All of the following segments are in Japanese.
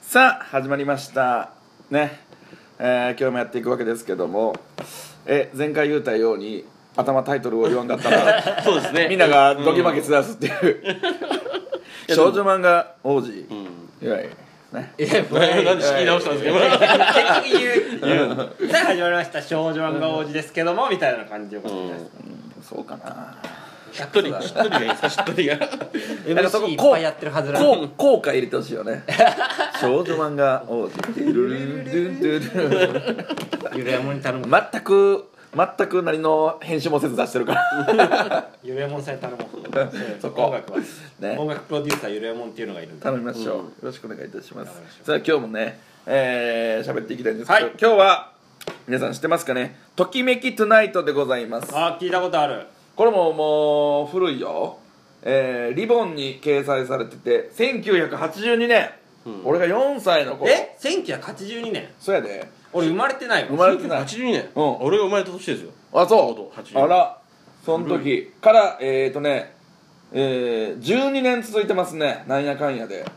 さあ始まりましたね、今日もやっていくわけですけども、前回言うたように頭タイトルを言わんかったらそうですね。 みんながドギマギしだすっていう少女漫画王子、いやいやね、 なんで仕切り直したんですか。 結局言うさあ始まりました少女漫画王子ですけどもみたいな感じでよかったじゃないですか。 そうかな、 しっとりがいいですか、しっとりが。 MC いっぱいやってるはずなんで効果入れてほしいよね少女漫画王子ルルルルルルゆるやもんに頼む。 全く何の編集もせず出してるからゆるやもんさんに頼もう。 そこ音楽はね、 音楽プロデューサーゆるやもんっていうのがいるんで頼みましょう、よろしくお願いいたします。 頼みましょうさあ今日もね喋っていきたいんですけど、 はい今日は皆さん知ってますかね、ときめきトゥナイトでございます。 あ、聞いたことある。 これもう古いよ、リボンに掲載されてて1982年、俺が4歳の頃。 1982年。 そうやで、 俺生まれてないわ。 生まれてない。 82年。 うん俺が生まれた年ですよ。 あ、そ 82 う、あら、その時から12年続いてますね、なんやかんやで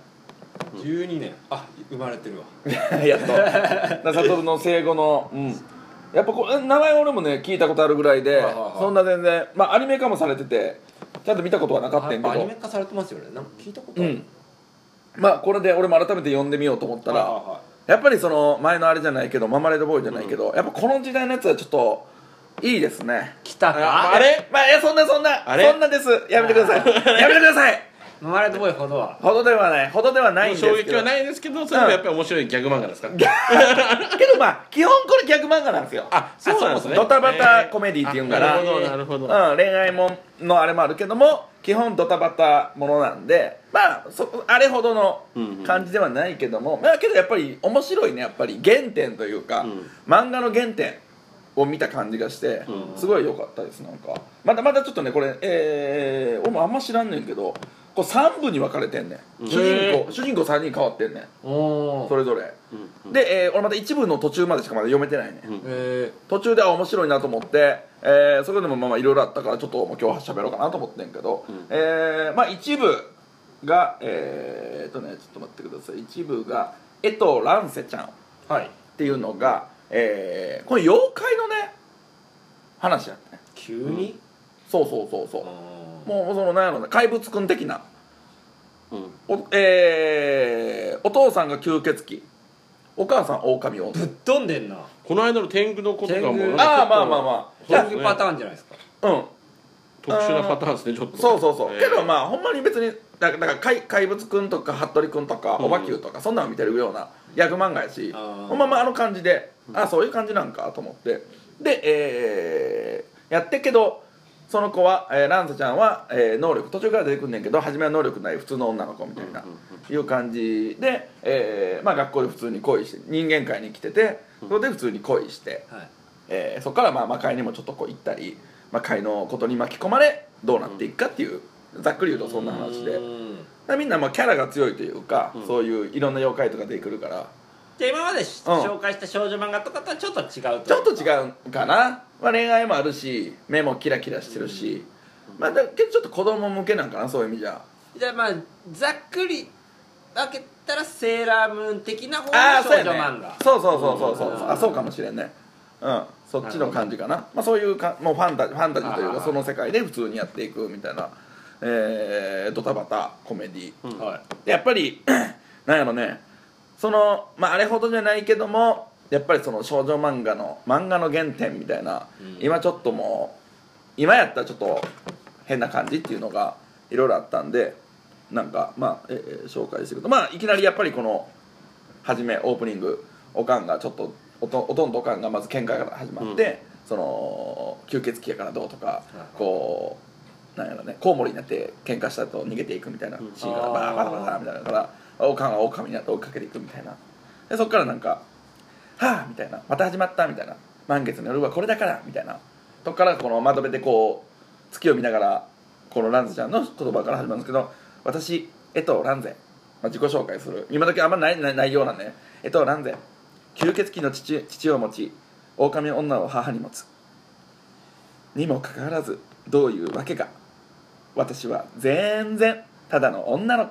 12年。あ、生まれてるわ。 やっとサトルの生後の、やっぱ名前俺もね聞いたことあるぐらいで、そんな全然、まあアニメ化もされててちゃんと見たことはなかったんやけアニメど、 化されてますよね。なんか聞いたことある。 まあこれで俺も改めて読んでみようと思ったら、やっぱりその前のあれじゃないけどママレードボーイじゃないけど、やっぱこの時代のやつはちょっといいですね。 来たか。 あれまあいやそんなあれそんなです、やめてくださいやめてください生まれてボーイほどは。 ほどではないんですけど、 衝撃はないですけど、それもやっぱり面白いギャグ漫画ですか。 けどまあ基本これギャグ漫画なんですよ。 あ、そうなんですね。 ドタバタコメディっていうんかな、 なるほどなるほど。 恋愛もんのあれもあるけども基本ドタバタものなんで、まああれほどの感じではないけども、まあけどやっぱり面白いね、やっぱり原点というか、漫画の原点を見た感じがして、すごい良かったです。なんかまだちょっとねこれ、俺もあんま知らんねんけど、これ3部に分かれてんねん、主人公3人変わってんねん、それぞれ、で、俺まだ1部の途中までしかまだ読めてないね、途中で面白いなと思って、それでもまあいろいろあったからちょっともう今日は喋ろうかなと思ってんけど、まあ1部がちょっと待ってください、1部が江藤蘭瀬ちゃんっていうのが、これ妖怪のね話やったね。 急に。 そうもうそのなんやろね、怪物くん的な、お父さんが吸血鬼、お母さん狼女。 ぶっ飛んでんな。 この間の天狗の子とかも天狗ああまあまあまあ、 そういうパターンじゃないですか。 特殊なパターンですね、ちょっと。 そうけどまあほんまに別にだから怪物くんとか服部くんとかおばきゅうとかそんなの見てるようなギャグ漫画やし、ほんまあの感じで、そういう感じなんかと思って、で、やってけどその子は、ランサちゃんは、能力途中から出てくんねんけど初めは能力ない普通の女の子みたいな、いう感じで、まあ学校で普通に恋して人間界に来てて、それで普通に恋して、そこからまあ魔界にもちょっとこう行ったり魔界のことに巻き込まれどうなっていくかっていう、ざっくり言うとそんな話で、みんなまあキャラが強いというか、そういういろんな妖怪とか出てくるから、 じゃあ今まで紹介した少女漫画とかとはちょっと違うと。 ちょっと違うかな、まあ、恋愛もあるし目もキラキラしてるし、まあ、だけどちょっと子供向けなんかな、そういう意味じゃ。 じゃあまあざっくり分けたらセーラームーン的な方の少そうやね、 女漫画。 そうそうかもしれんね、そっちの感じかな。まあ、そういうもうファンタジーというかその世界で普通にやっていくみたいな、ドタバタコメディ、でやっぱりなんやろね、そのまああれほどじゃないけどもやっぱりその少女漫画の原点みたいな、今ちょっともう今やったらちょっと変な感じっていうのがいろいろあったんで、なんかまあ、紹介していくと、まあいきなりやっぱりこの初めオープニングおかんがちょっとおとんとおかんがまず喧嘩から始まって、その吸血鬼やからどうとか、こうなんやろね、コウモリになって喧嘩した後逃げていくみたいなシーンがバーバーみたいなからおかんは狼になって追いかけていくみたいな、でそっからなんかはぁみたいな、また始まったみたいな、満月の夜はこれだからみたいなとこからこの窓辺でこう月を見ながらこのランゼちゃんの言葉から始まるんですけど、私江藤ランゼ、自己紹介する今だけあんまないようなね、江藤ランゼ吸血鬼の父を持ち狼女を母に持つにもかかわらずどういうわけか私は全然ただの女の子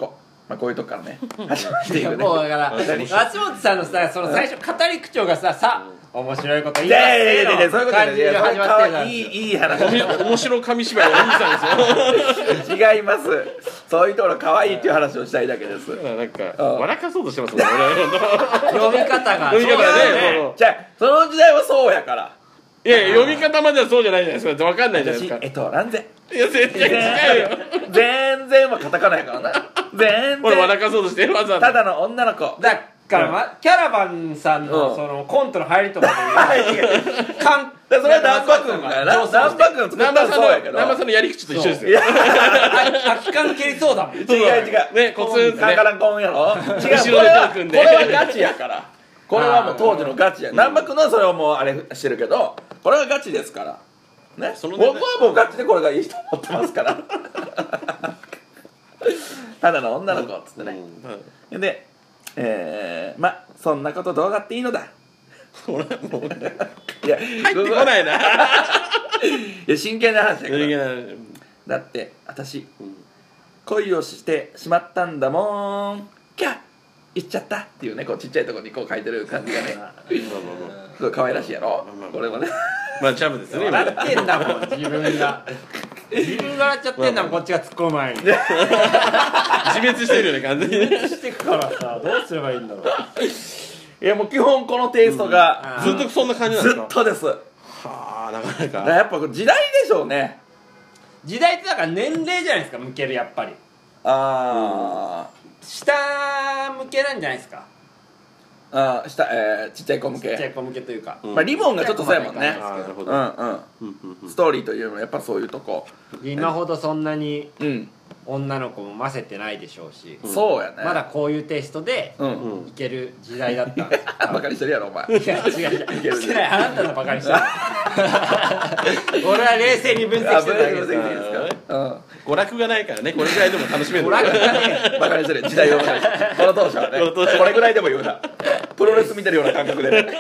まあこういうとこからね始まっていくねもうだから松本さんのさその最初語り口調がさ面白いこと言い出してのそういうこと感じで始まってるじゃん。 いい話面白紙芝居お兄さんですよ違います。そういうところ可愛いっていう話をしたいだけです。 なんか笑かそうとしてますもんね読み方が読み方がねじゃあその時代はそうやから。 いや読み方まではそうじゃないじゃないですか分かんないじゃないですか何千いや全然違うよ全然はカタカナやからな。全俺笑然かそうとしてわざわざただの女の子。 だからキャラバンさんのそのコントの入りとかでそれは南波君がな。南波君作ったらそうやけど。 南波さんのやり口と一緒ですよいや空き缶蹴りそうだもん。 違うねコツンってねカランコンやろ。違う後ろで手を組んでこれはガチやから。これはもう当時のガチや。南波君のはそれはもうあれしてるけど、これはガチですからね。僕はもうガチでこれがいいと思ってますからただの女の子っつってね。でまあそんなことどうだっていいのだ。 俺もういや入ってこないないや真剣な話だけど。 なだって私恋をしてしまったんだもんキャッ言っちゃったっていうね、こうちっちゃいところにこう書いてる感じがねすごい可愛らしいやろ。これもねまあジャブですね笑ってんだもん自分が笑っちゃってんだもんこっちが突っ込む前に自滅してるよね完全にしてくからさどうすればいいんだろう。 いやもう基本このテイストがずっとそんな感じなんでずすかっとです。だはあなかなかからやっぱ時代でしょうね。 時代ってだから年齢じゃないですか向けるやっぱりあ下向けなんじゃないですか。 あちっちゃい子向け。 ちっちゃい子向けというか、 まあリボンがちょっとそうやもんね。 あーなるほどストーリーというのはやっぱそういうとこ。 今ほどそんなにうん女の子もませてないでしょうし、 そうやね。 まだこういうテイストでうんいける時代だったんですよバカにしてるやろお前。 いや違うしてないあなたのバカにしてる俺は冷静に分析してるだけですいいですか。 娯楽がないからねこれぐらいでも楽しめる娯楽がねバカにしてる時代をバカにしてる。この当初はねこれぐらいでも言うな。プロレス見てるような感覚でね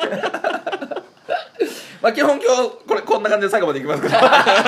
まあ基本今日こんな感じで最後までいきますけど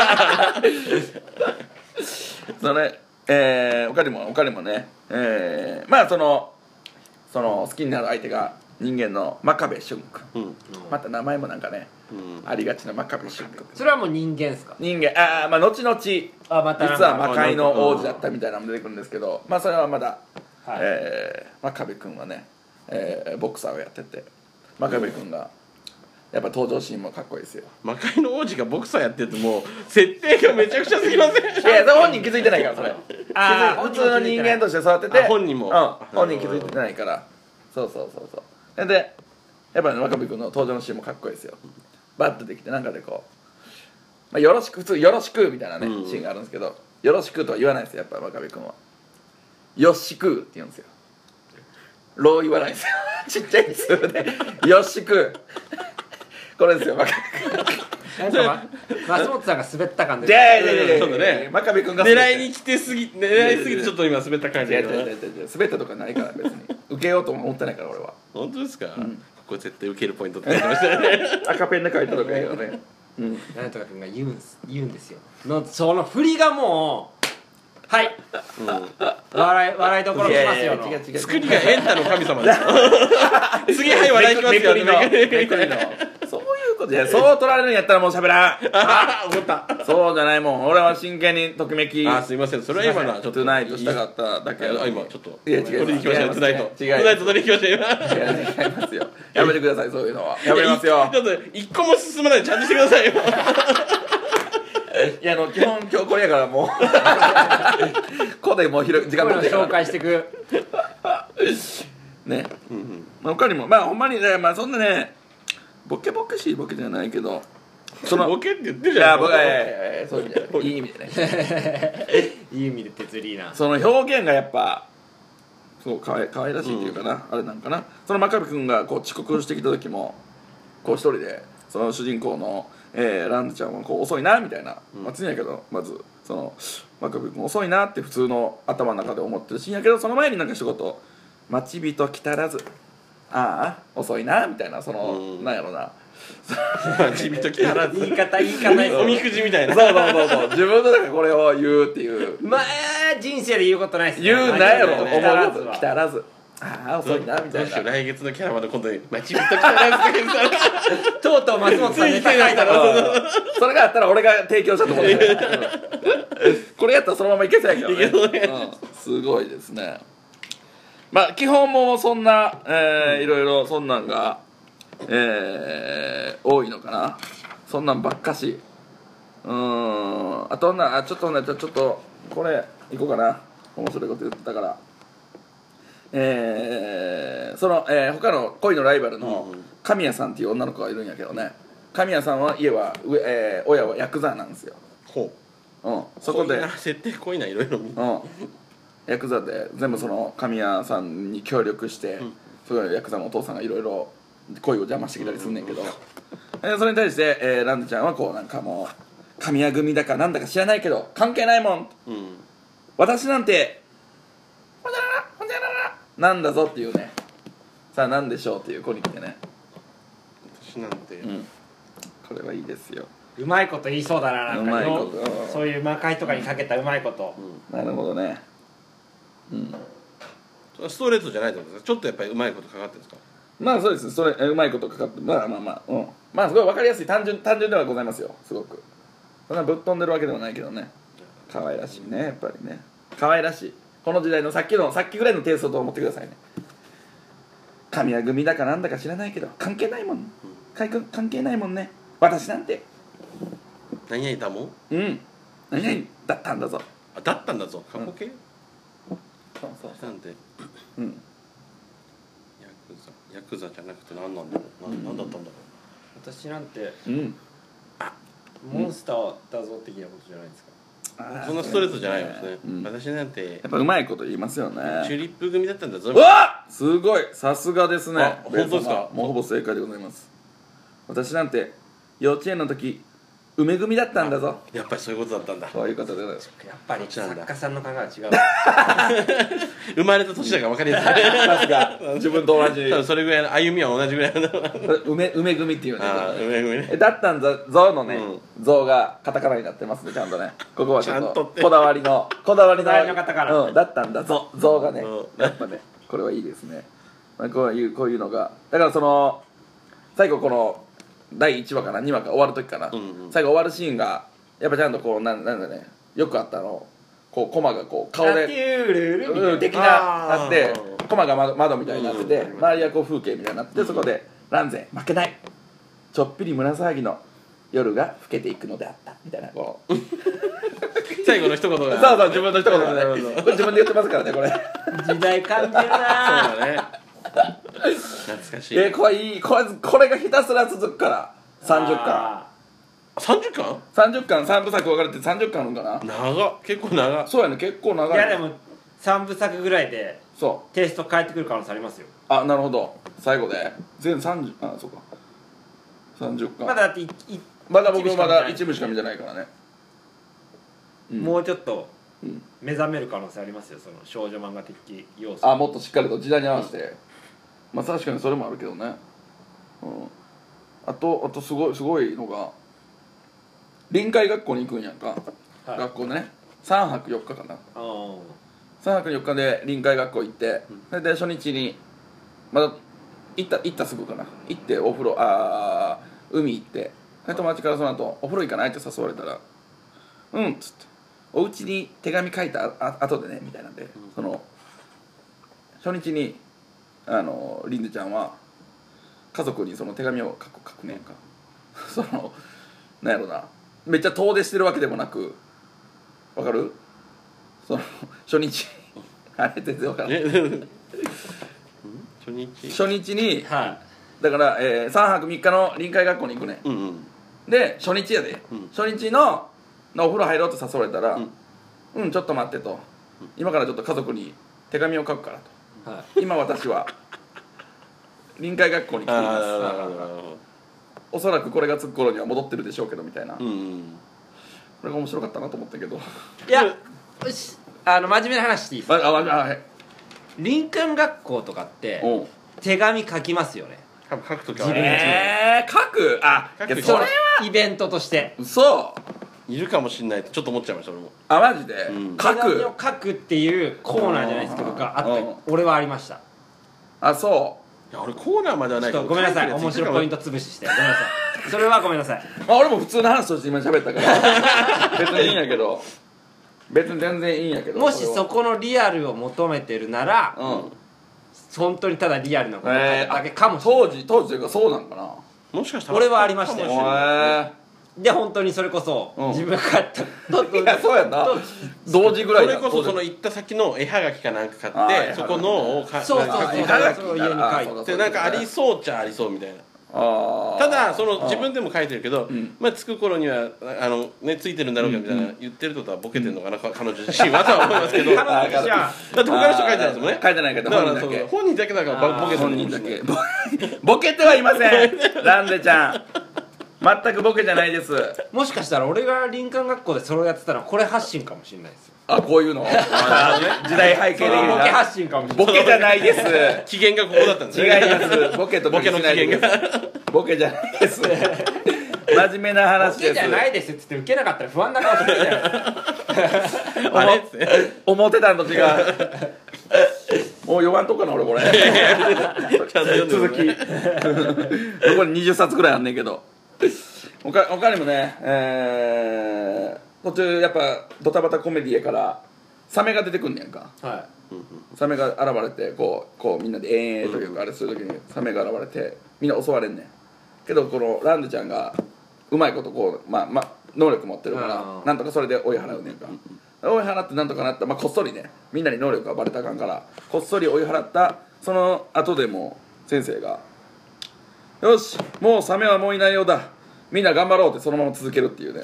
そのね他にもねまあその好きになる相手が人間の真壁俊君。また名前もなんかねありがちな真壁俊君。 それはもう人間ですか。 人間まあ後々実または魔界の王子だったみたいなのも出てくるんですけど、まあそれはまだはい真壁君はねボクサーをやってて、真壁君がやっぱ登場シーンもかっこいいですよ。 魔界の王子がボクサーやってるともう設定がめちゃくちゃすぎませんいや本人気づいてないからそれ普通の人間として育ってて本人も本人気づいてないから。そうでやっぱり真壁君の登場のシーンもかっこいいですよ。バッとできてなんかでこう、まあ、よろしく普通よろしくみたいなねシーンがあるんですけど、よろしくとは言わないですよ。やっぱり真壁君はよっしくって言うんですよ。ロー言わないですよちっちゃい数でよっしくこれですよ真壁君。 松本さんが滑った感でちょっとね真壁君が狙いに来て狙いすぎてちょっと今滑った感じ違う滑ったとかないから別に受けようとも思ってないから俺は。 本当ですか、ここ絶対受けるポイントって言ってましたよね赤ペンで書いたとかいいよね。 なんとか君が言うんですよその振りがもうはい笑いどころしますよの違う作りがエンタの神様ですよ次はい笑いきますよめくりのそういうこと。いやそう取られるんやったらもう喋らん思ったそうじゃないもん。俺は真剣にときめきすいませんそれは今のはちょっとトゥナイトしたかっただけど今ちょっといや違うこれでいきましたよトゥナイトト違うゥナイト取りに行きましたよ今違いますよ。やめてくださいそういうのは。やめますよ。 ちょっと一個も進まないでちゃんとしてくださいよいや基本今日これやからもうここでもう時間こういうの取って紹介してくね。まあ他にもまあほんまにねまあそんなねボケしいボケじゃないけどボケって言ってるいや僕じゃんそういう意味じゃないいい意味でねいい意味で鉄リーナその表現がやっぱそう可愛らしいっていうかな、あれなんかな。その真壁君がこう遅刻してきた時もこう一人でその主人公の、ランドちゃんはこう遅いなみたいな、待つんやけどまずその真壁君遅いなって普通の頭の中で思ってるシーンやけど、その前になんか一言「待ち人来たらずああ遅いな」みたいなその、なんやろなちびときたらず言い方おみくじみたいな。 そう自分の中でこれを言うっていうまあ人生で言うことないっすね。 言うなんやろ思思うこと来たらずああ遅いなみたいな来月のキャラバンの今度に「まちびときたらず」って言ったらとうとう松本さんネタ書いたの。 それがあったら俺が提供したと思ってこれやったらそのままいけそうやけどねすごいですね。まあ基本もそんな、いろいろそんなんが、多いのかな。そんなんばっかしあとちょっとこれいこうかな。面白いこと言ってたからその、他の恋のライバルの神谷さんっていう女の子がいるんやけどね、神谷さんは家は親はヤクザなんですよ。 ほうそこで設定濃いないろいろヤクザで全部その神谷さんに協力して、すごいヤクザのお父さんがいろいろ恋を邪魔してきたりすんねんけど、それに対して、ランドちゃんはこうなんかもう神谷組だかなんだか知らないけど関係ないもん、私なんてほんじゃららほんじゃららなんだぞっていうね、さあなんでしょうっていう子に来てね、 私なんて、 これはいいですよ。 うまいこと言いそうだな、なんかうまいことそういう魔界とかにかけたうまいこと、 なるほどね。 ストレートじゃないってことですか。ちょっとやっぱりうまいことかかってるんですか。 まあそうです。それうまいことかかってまあまあすごい分かりやすい単純ではございますよ。すごくそんなぶっ飛んでるわけではないけどね、可愛らしいね、やっぱりね、可愛らしい。この時代のさっきぐらいのテイストと思ってくださいね。神谷組だかなんだか知らないけど関係ないもん、関係ないもんね、私なんて何々だもん、 何々だったんだぞ。 だったんだぞ、過去形、 そうなんでヤクザじゃなくて何なんだろう、何だったんだろ私なんてうんモンスターだぞ的なことじゃないですか。 う。そんなストレートじゃないですね、私なんてやっぱうまいこと言いますよね。 チューリップ組だったんだぞ。 うわっすごい、さすがですね。 あ本当ですか。 もうほぼ正解でございます。私なんて幼稚園の時梅組だったんだぞ。 やっぱりそういうことだったんだ。 こういうことでございます。 やっぱり作家さんの考えは違う。 生まれた年だから分かりやすい。 さすが自分と同じ多分それぐらいの歩みは同じぐらいの梅組っていうね。 梅組ね。 だったんだぞのね、像がカタカナになってますね、ちゃんとね。ここはちょっとこだわりのカタカナ。 だったんだぞ、像がね、やっぱね、これはいいですね。こういうのがだからその最後この第1話かな2話か終わる時かな、最後終わるシーンがやっぱちゃんとこうなんだね、よくあったこうコマがこう顔で的ななってコマが窓みたいになってて、周りはこう風景みたいになって、そこで「ランゼ負けない、ちょっぴり胸騒ぎの夜が更けていくのであった」みたいなこう最後の一言がそう自分の一言がね、これ自分で言ってますからね、これ時代感じるな。 そうだね。懐かしい。 これがひたすら続くから30巻 30巻 30巻3部作分かれて30巻あるんかな。 結構長。 そうやね、結構長い。 いやでも3部作ぐらいでそうテイスト変えてくる可能性ありますよ。 あ、なるほど。最後で全30、あ、そうか30巻まだだって僕まだ一部しか見てないからね。 もうちょっと目覚める可能性ありますよ、その少女漫画的要素。 あ、もっとしっかりと時代に合わせて、まあ確かにそれもあるけどね。あとすごいのが臨海学校に行くんやんか、学校ね3泊4日かな。3泊4日で臨海学校行って、それで初日にまだ行ったすぐかな、行ってお風呂海行って、友達からその後お風呂行かないって誘われたら「うん」っつって「お家に手紙書いた後でね」みたいなんで、その初日にリンズちゃんは家族にその手紙を書くねんかそのなんやろな、めっちゃ遠出してるわけでもなく、わかる？その初日あれ全然わからない初日に、だから、3泊3日の臨海学校に行くね、で初日やで、初日のお風呂入ろうと誘われたら「ちょっと待って」と「今からちょっと家族に手紙を書くから」と「今私は臨海学校に来ています」おそらくこれが着く頃には戻ってるでしょうけどみたいな、これが面白かったなと思ったけど、 いや真面目な話していいですか。 はい、 林間学校とかって手紙書きますよね。 多分書くとき自分は書く書くそれそれはイベントとして嘘いるかもしれないってちょっと思っちゃいました俺も。 マジで、 うん書手紙をく書くっていうコーナーじゃないですけどがあった俺はありました。 そいや俺コーナーまではないけどごめんなさい、面白いポイント潰ししてごめんなさい、それはごめんなさい。 う、俺も普通の話として今喋ったから別にいいんやけど別に全然いいんやけどもしそこのリアルを求めてるなら、 うん本当にただリアルなことだけかもしれない、 当時というかそうなんかなもしかしたら俺はありましたよかもしれないで本当にそれこそ、 うん自分が帰ったいやそうやな同時ぐらいだそれこそその行った先の絵はがきかなんか買ってそこのをそうそうなんかそう絵はがきそれを家に書いてでなんかありそうっちゃありそうみたいな。 あただその自分でも書いてるけど、 んまあ着く頃にはついてるんだろうかみたいな言ってるってことはボケてるのかな、彼女自身はとは思いますけどだ彼女自身はって他の人書いてないですもんね。 書いてないけどだから本人だけ本人だけだからボケてる本人だけボケてはいませんランデちゃん全くボケじゃないですもしかしたら俺が林間学校でそれをやってたらこれ発信かもしれないですよ。 こういうの時代背景的にボケな発信かもしれない。 ボケじゃないです機嫌がここだったんです違いね。 ますボケとボケしないでボケのボケじゃないです真面目な話ですボケじゃないですって言って受けなかったら不安な顔するじゃないですか。 あれっつって思ってたんと違うもう読まんとこかな俺これちゃんと読んで続きるね残り20冊ぐらいあんねんけど他にもね途中やっぱドタバタコメディやからサメが出てくんねやんかはサメが現れてこうみんなでというかあれする時にサメが現れてみんな襲われんねんけどこのランデちゃんがうまいことこう能力持ってるからなんとかそれで追い払うねんか追い払ってなんとかなったこっそりねみんなに能力がバレたらあかんからこっそり追い払ったその後でも先生が「よしもうサメはもういないようだみんな頑張ろう」ってそのまま続けるっていうね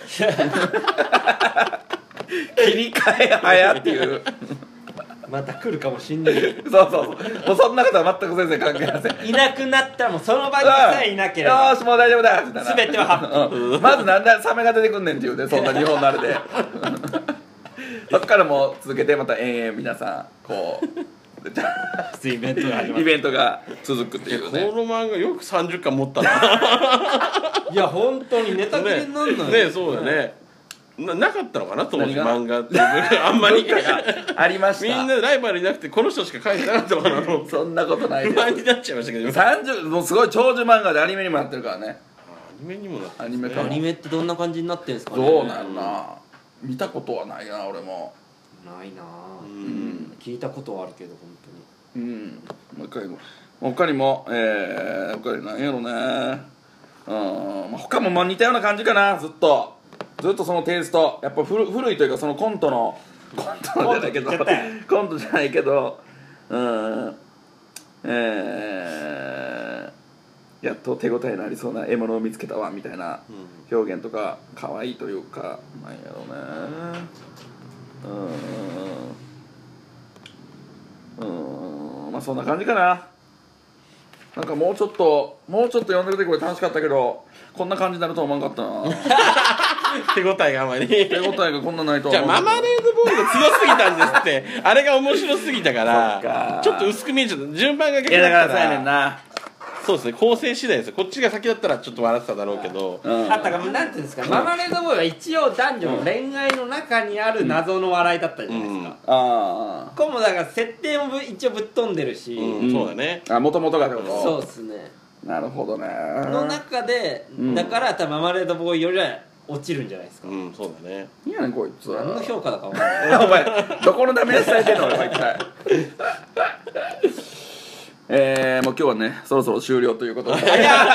切り替え早っていうまた来るかもしんない。 そうもうそんなことは全く先生関係ありませんいなくなったらもうその場にさえいなければよーしもう大丈夫だみたいな全てはハッピー。 まずなんでサメが出てくんねんっていうねそんな日本のあれでそっからもう続けてまた延々皆さんこうイベントが始まる。 イベントが続くっていうねこの漫画よく30巻持ったな。 いや本当にネタ切れになんないねそうだね。なかったのかな当時何が漫画ってあんまりありましたみんなライバルいなくてこの人しか書いてなかったのかなと思ってそんなことないです不安になっちゃいましたけど 30もうすごい長寿漫画でアニメにもなってるからねアニメにもなってアニメ化もアニメってどんな感じになってんすかね。 どうなんな見たことはないな俺もないなあ、 うん聞いたことはあるけど本当に。 もう一回他にも他に何やろね他も似たような感じかなずっとそのテイストやっぱ古いというかそのコントじゃないけどコントじゃないけどやっと手応えのありそうな獲物を見つけたわみたいな表現とか可愛いというかなんやろねそんな感じかな。なんかもうちょっと読んでる時これ楽しかったけどこんな感じになるとは思わんかったな手応えがあまり手応えがこんなないとはじゃあ思わんかったママレードボーイが強すぎたんですってあれが面白すぎたかそっからちょっと薄く見えちゃった順番が逆いやだっただからそうやねんらなそうですね構成次第ですよこっちが先だったらちょっと笑ってただろうけどあったかなんていうんですか、ママレードボーイは一応男女の恋愛の中にある謎の笑いだったじゃないですか、 あこれもだから設定も一応ぶっ飛んでるし、 そうだねもともとがってことそうっすねなるほどねの中で、だから多分ママレードボーイよりは落ちるんじゃないですか、 うんそうだねいいやねんこいつ何の評価だか分かんないお前どこのダメ出しされてんの俺毎回もう今日はねそろそろ終了ということで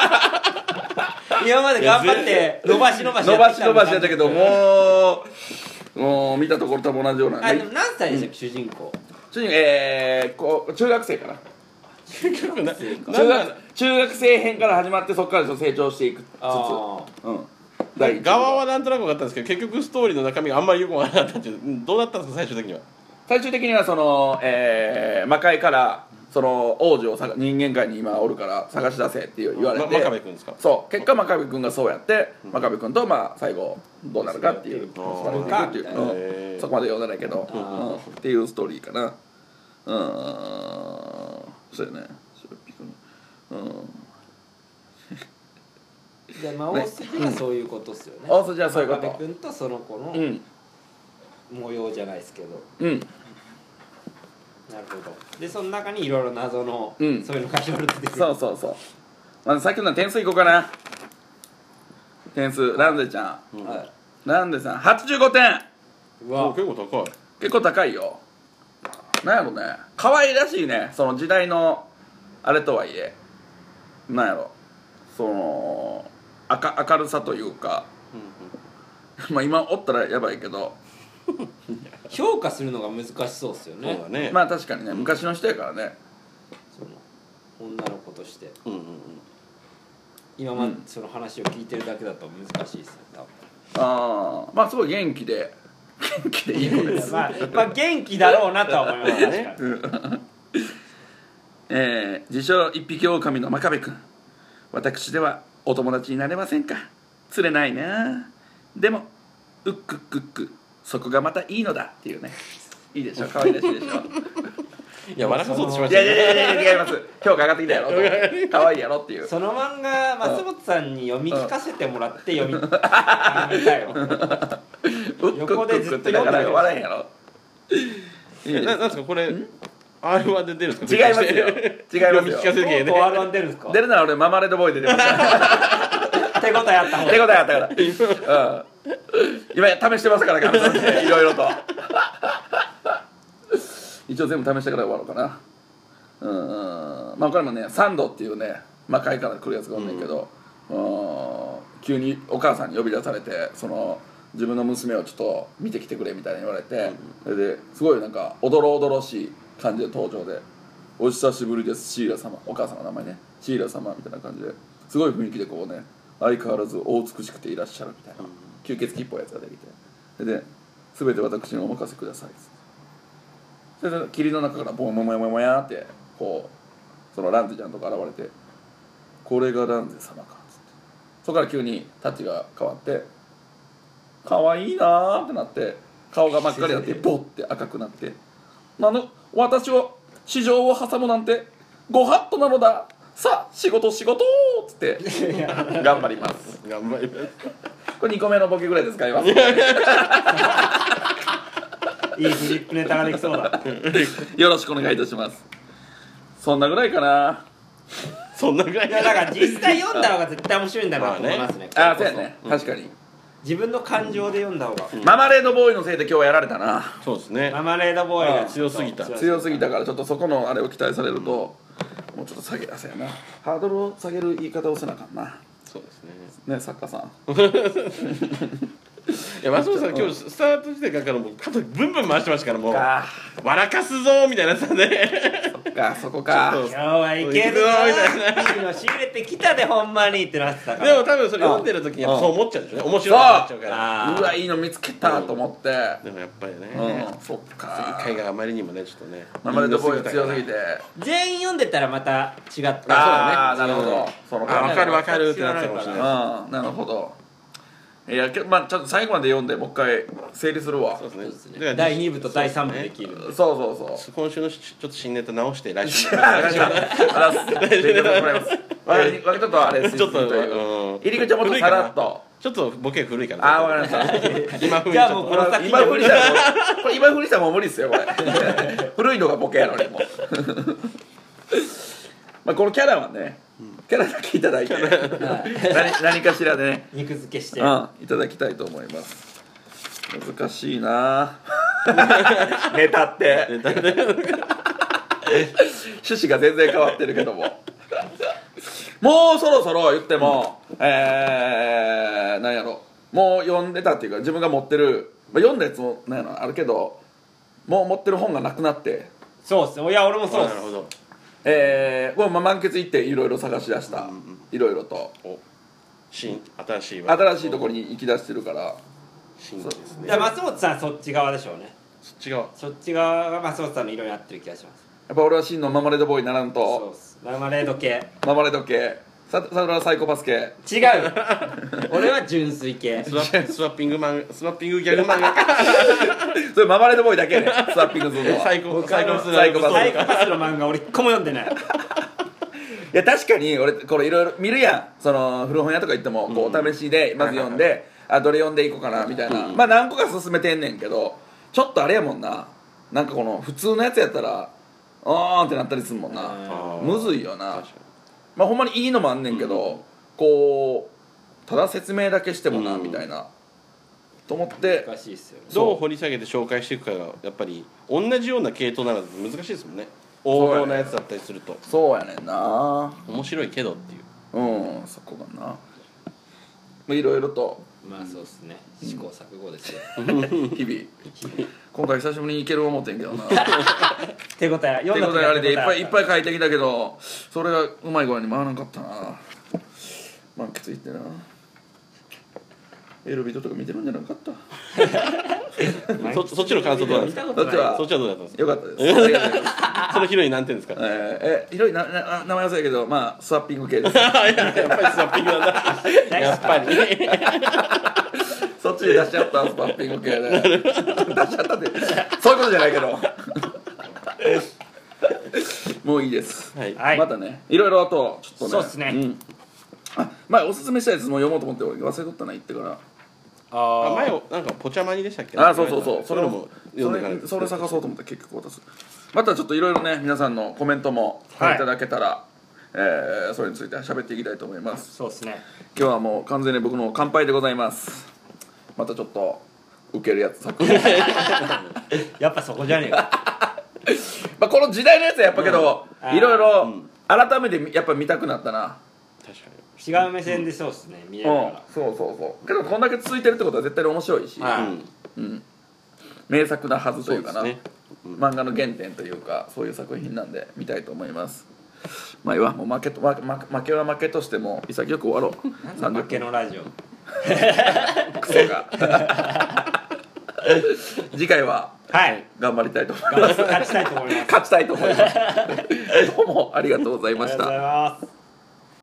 今まで頑張って伸ばし伸ばしやったけどもう見たところ多分同じようなでも何歳でしたっけ、主人公中学生かな結局中学生編から始まってそこから成長していくつつ側はなんとなく分かったんですけど結局ストーリーの中身があんまりよく分からなかったっていうどうだったんですか最終的にはその魔界からその王子を人間界に今おるから探し出せって言われて真壁君ですかそう結果真壁君がそうやって真壁君と最後どうなるかっていうそこまで読んだないけどっていうストーリーかなそうやねでまあ大筋はそういうことっすよね。 大筋はそういうこと真壁君とその子のうん模様じゃないですけど、 うんなるほど。でその中にいろいろ謎の、 うんそういうのがいろいろ出てくる。 そうそうそうまずさっきの点数いこうかな点数ランデちゃんはランデさん85点い。うわ結構高い。 結構高いよなんやろね可愛らしいねその時代のあれとはいえなんやろその明るさというかまあ今おったらやばいけど評価するのが難しそうっすよね。 そうだね。 まあ確かにね昔の人やからねその女の子としてうんうんうん。 今までその話を聞いてるだけだと難しいですね多分。 ああまあすごい元気でいい子ですまあ元気だろうなとは思いますね。 自称一匹狼の真壁君私ではお友達になれませんか釣れないなでもうっくっくっくそこがまたいいのだっていうねいいでしょ可愛らしいでしょいや笑かそうとしまいしたね。 やいやいやいや違います評価上がってきたやろと可愛いやろっていうその漫画松本さんに読み聞かせてもらって読みたいよ。 うっくっ横でずっとくっくってなかなか笑えんやろなんですかこれ R1 で出るんですか。 違いますよ違います読み聞かよせ芸ね。 とうとう R1 出るんですか。 出るなら俺ママレードボーイで出ました手応えあった方手応えがあったから、うん、今試してますからガムさんいろいろと一応全部試してから終わろうかなまあこれもねサンドっていうね魔界から来るやつがおんねんけど、急にお母さんに呼び出されてその自分の娘をちょっと見てきてくれみたいに言われて、それですごいなんかおどろおどろしい感じで登場で「お久しぶりですシーラ様」お母さんの名前ねシーラ様みたいな感じですごい雰囲気でこうね相変わらずお美しくていらっしゃるみたいな吸血鬼っぽいやつができてで全て私にお任せくださいっつってそれで霧の中からボモモモモヤーってこうそのランゼちゃんとか現れて「これがランゼ様か」っつってそこから急にタッチが変わって「かわいいな」ってなって顔が真っ赤になってボッて赤くなって「私は市場を挟むなんてご法度なのださあ仕事仕事」っつって頑張ります頑張ります。 これ2個目のボケぐらいで使いますいいフリップネタができそうだ。 よろしくお願いいたしますそんなぐらいかなそんなぐらい。 いやだから実際読んだ方が絶対面白いんだなと思いますね。 ああそうやね確かに自分の感情で読んだ方が。 ママレードボーイのせいで今日やられたなそうですね。 ママレードボーイが強すぎた強すぎたからちょっとそこのあれを期待されるともうちょっと下げやせやなハードルを下げる言い方をせなあかんなそうですね。 ね作家さんいや松本さん今日スタート時点からもう肩ブンブン回してましたからもうか笑かすぞーみたいなやつなんでそこかちょっと今日はいけるな。いいの仕入れてきたでほんまにってなってたから。 でも多分それ読んでる時にやっぱそう思っちゃうんでしょうね面白くなっちゃうからあーうわいいの見つけたと思ってでもやっぱりねそっか正解があまりにもねちょっとねママレードボーイが強すぎて全員読んでたらまた違った。 ああなるほどそのあ分かる分かるってなったかもしれないなるほどいやまあちょっと最後まで読んでもう一回整理するわそうそうでねですすね。第2部と第3部できるんで。 そうそうそう今週のちょっと新ネタ直して来週ありがとうございます勉強させてもらいます分けちょっとあれちょっと入り口はもっとさらっとちょっとボケ古いからああ分かりました今風にじゃあちょっともうこの先今振りしたらもうこれ今振りしたらもう無理っすよこれ古いのがボケやのにもうまあこのキャラはねキャラだけいただいて何かしらでね肉付けして。 いただきたいと思います難しいなネタって趣旨が全然変わってるけどももうそろそろ言ってもなんやろもう読んでたっていうか自分が持ってる、読んだやつもなんやろあるけどもう持ってる本がなくなってそうっすね。いや俺もそうっす。 なるほどこれ満喫行っていろいろ探し出したいろいろと新しい新しいところに行き出してるから新ですねいや松本さんそっち側でしょうね。 そっち側そっち側が松本さんの色に合ってる気がします。 やっぱ俺は真のママレードボーイにならんそうとっす。ママレード系。 ママレード系サトラはサイコパス系違う。俺は純粋系。 スワッピングギャグ漫画かそれママレードボーイだけねスワッピングするのはサイコパスサイコパスサイコパスの漫画俺一個も読んでない。 や確かに俺これいろいろ見るやん、その古本屋とか行ってもこうお試しでまず読んで、どれ読んでいこうかなみたいな、まあ何個か勧めてんねんけど、ちょっとあれやもんな、なんかこの普通のやつやったらあーんってなったりするもんな、むずいよな。 確かまあほんまにいいのもあんねんけど、こうただ説明だけしてもな、みたいなと思って難しいっすよね。 にどう掘り下げて紹介していくかがやっぱり同じような系統なら難しいですもんね。王道なやつだったりするとそうやねんな。 面白いけどっていう。 そこがな、まあいろいろとまあそうっすね、試行錯誤ですよ。 日々今回久しぶりに行ける思ってんけどな手応えってことであれでいっぱい書いてきたけど、それがうまい具合に回らなかったな。満喫いってな、エロビデオとか見てるんじゃなかった。 そっちの感想どうなんですか。 そっちはそっちはどうだったんですか。 よかったです。ありがとうございます。 そのヒロイン何点ですか。 広い名前忘れやけど、まあスワッピング系です。 やっぱりスワッピングなんだ。やっぱりそっちで出しちゃったスワッピング系で出しちゃったってそういうことじゃないけどもういいです、 はいまたねいろいろあとちょっとね、 そうっすね、 前おすすめしたやつも読もうと思って俺忘れとったな、言ってから前をなんかポチャマニでしたっけ。 そうそれも読んでからそれ探そうと思って結局渡す。またちょっといろいろね皆さんのコメントもいただけたら、それについて喋っていきたいと思います。 そうっすね。 今日はもう完全に僕の乾杯でございます。またちょっとウケるやつ作品やっぱそこじゃねえか。 まあこの時代のやつはやっぱけど、いろいろ改めてやっぱ見たくなったな。 確かに。 違う目線でそうっすね、見れるから。 そうけどこんだけ続いてるってことは絶対に面白いし、名作なはずというかな、漫画の原点というかそういう作品なんで見たいと思います。まあいいわ、もう負けは負けとしても潔く終わろう。 なんだ負けのラジオ。 クソが次回は頑張りたいと思います。 勝ちたいと思います。 勝ちたいと思います。どうもありがとうございました。 ありがとうございます。